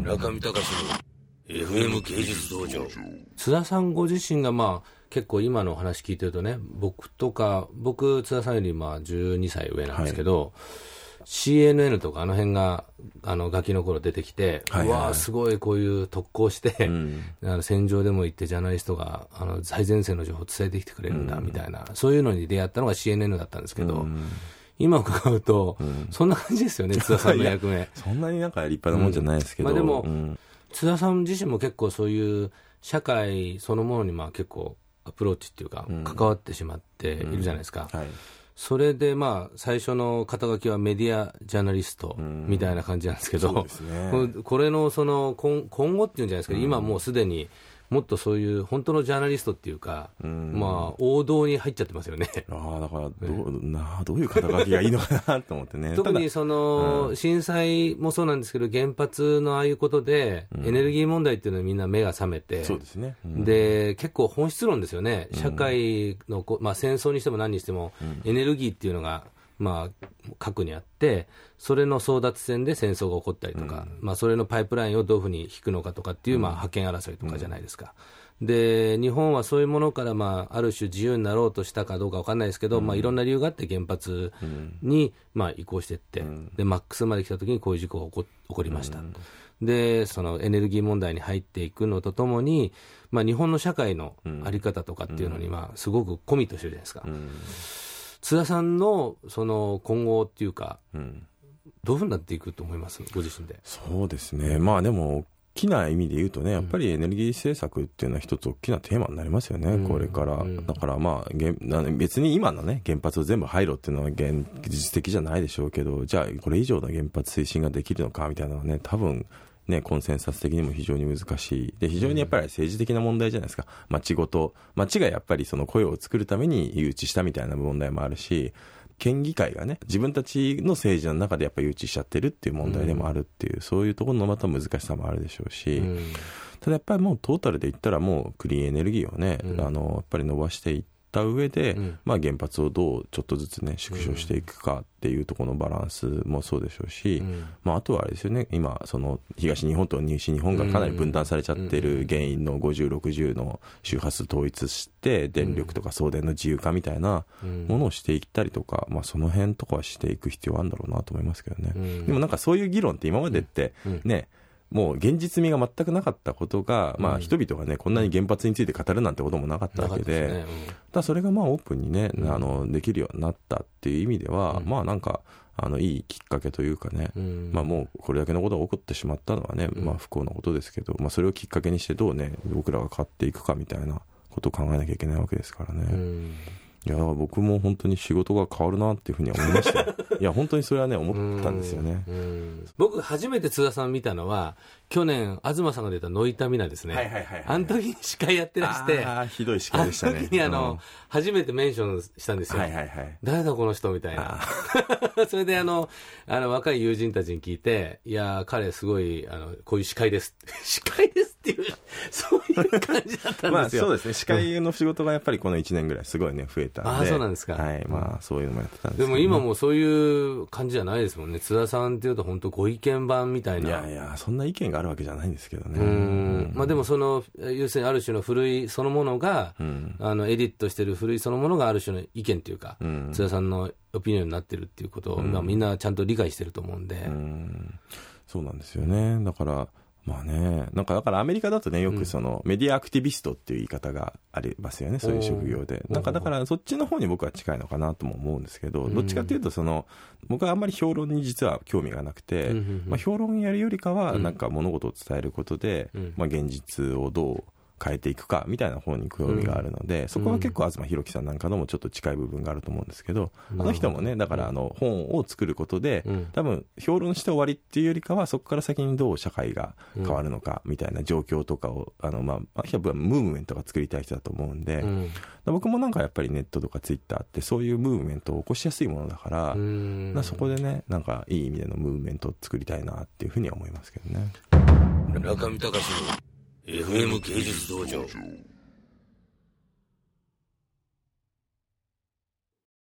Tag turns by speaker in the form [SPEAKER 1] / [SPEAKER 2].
[SPEAKER 1] 中見隆の FM 芸術道場。
[SPEAKER 2] 津田さんご自身が結構今のお話聞いてるとね、僕津田さんより12歳上なんですけど、CNN とかあの辺がガキの頃出てきて、うわーすごいこういう特攻して、戦場でも行ってジャーナリストが最前線の情報を伝えてきてくれるんだみたいな、そういうのに出会ったのが CNN だったんですけど、今伺うと、そんな感じですよね、津田さんの役目。
[SPEAKER 3] そんなになんか立派なもんじゃないですけど、
[SPEAKER 2] でも、津田さん自身も結構そういう社会そのものに結構アプローチっていうか、関わってしまっているじゃないですか。それで最初の肩書きはメディアジャーナリストみたいな感じなんですけど、これの今後っていうんじゃないですか、今もうすでにもっとそういう本当のジャーナリストっていうか、王道に入っちゃってますよね。
[SPEAKER 3] だからどういう肩書きがいいのかなと思ってね。
[SPEAKER 2] 特に震災もそうなんですけど、原発のああいうことで、エネルギー問題っていうのはみんな目が覚めて、
[SPEAKER 3] そうですね。
[SPEAKER 2] で結構本質論ですよね。社会の戦争にしても何にしても、エネルギーっていうのが核にあって、それの争奪戦で戦争が起こったりとか、それのパイプラインをどういうふうに引くのかとかっていう覇権争いとかじゃないですか。で日本はそういうものからある種自由になろうとしたかどうか分かんないですけど、いろんな理由があって原発に移行していって、でマックスまで来た時にこういう事故が起こりました。でそのエネルギー問題に入っていくのとともに、日本の社会の在り方とかっていうのにすごくコミットしてるじゃないですか。津田さんの今後っていうか、どういうふうになっていくと思います、ご自身で。
[SPEAKER 3] そうですね、でも大きな意味で言うとね、やっぱりエネルギー政策っていうのは一つ大きなテーマになりますよね、これから。だから別に今のね原発を全部廃炉っていうのは現実的じゃないでしょうけど、じゃあこれ以上の原発推進ができるのかみたいなのはね、多分ね、コンセンサス的にも非常に難しいで、非常にやっぱり政治的な問題じゃないですか。町がやっぱりその雇用を作るために誘致したみたいな問題もあるし、県議会がね自分たちの政治の中でやっぱり誘致しちゃってるっていう問題でもあるっていう、そういうところのまた難しさもあるでしょうし、ただやっぱりもうトータルで言ったらもうクリーンエネルギーをね、やっぱり伸ばしていった上で、原発をどうちょっとずつね縮小していくかっていうところのバランスもそうでしょうし、あとはあれですよね、今その東日本と西日本がかなり分断されちゃってる原因の50、60の周波数統一して電力とか送電の自由化みたいなものをしていったりとか、その辺とかはしていく必要はあるんだろうなと思いますけどね。でもなんかそういう議論って今までってね、もう現実味が全くなかったことが、人々がねこんなに原発について語るなんてこともなかったわけで、それがオープンにねできるようになったっていう意味では、なんかいいきっかけというかね、もうこれだけのことが起こってしまったのはね、不幸なことですけど、それをきっかけにしてどうね僕らが変わっていくかみたいなことを考えなきゃいけないわけですからね。いや僕も本当に仕事が変わるなっていうふうに思いましたいや本当にそれはね思ったんですよね。
[SPEAKER 2] 僕初めて津田さん見たのは去年東さんが出たノイタミナですね。あの時に司会やってらして、
[SPEAKER 3] ひどい司会でしたね。
[SPEAKER 2] あの時に初めてメンションしたんですよ。誰だこの人みたいなそれで若い友人たちに聞いて、いや彼すごいこういう司会です司会ですっていうそういう感じだったんですよ。
[SPEAKER 3] そうですね、司会の仕事がやっぱりこの1年ぐらいすごいね増えたんで。
[SPEAKER 2] そうなんですか。
[SPEAKER 3] そういうのもやってたんですけど、
[SPEAKER 2] でも今もうそういう感じじゃないですもんね。津田さんっていうと本当ご意見番みたいな。
[SPEAKER 3] いやそんな意見があるわけじあるんですけどね。
[SPEAKER 2] でも要するにある種の古いそのものが、エディットしてる古いそのものがある種の意見というか、津田さんのオピニオンになってるっていうことを、みんなちゃんと理解してると思うんで。
[SPEAKER 3] そうなんですよね。だからだからアメリカだとねよくメディアアクティビストっていう言い方がありますよね、そういう職業で。だからそっちの方に僕は近いのかなとも思うんですけど、どっちかというと僕はあんまり評論に実は興味がなくて、評論やるよりかはなんか物事を伝えることで、現実をどう変えていくかみたいな方に興味があるので、そこは結構東博樹さんなんかのもちょっと近い部分があると思うんですけど、あの人もねだから本を作ることで、多分評論して終わりっていうよりかはそこから先にどう社会が変わるのかみたいな状況とかをムーブメントが作りたい人だと思うんで、僕もなんかやっぱりネットとかツイッターってそういうムーブメントを起こしやすいものだから、そこでねなんかいい意味でのムーブメントを作りたいなっていうふうには思いますけどね。
[SPEAKER 1] 中見隆の FM 芸術道場。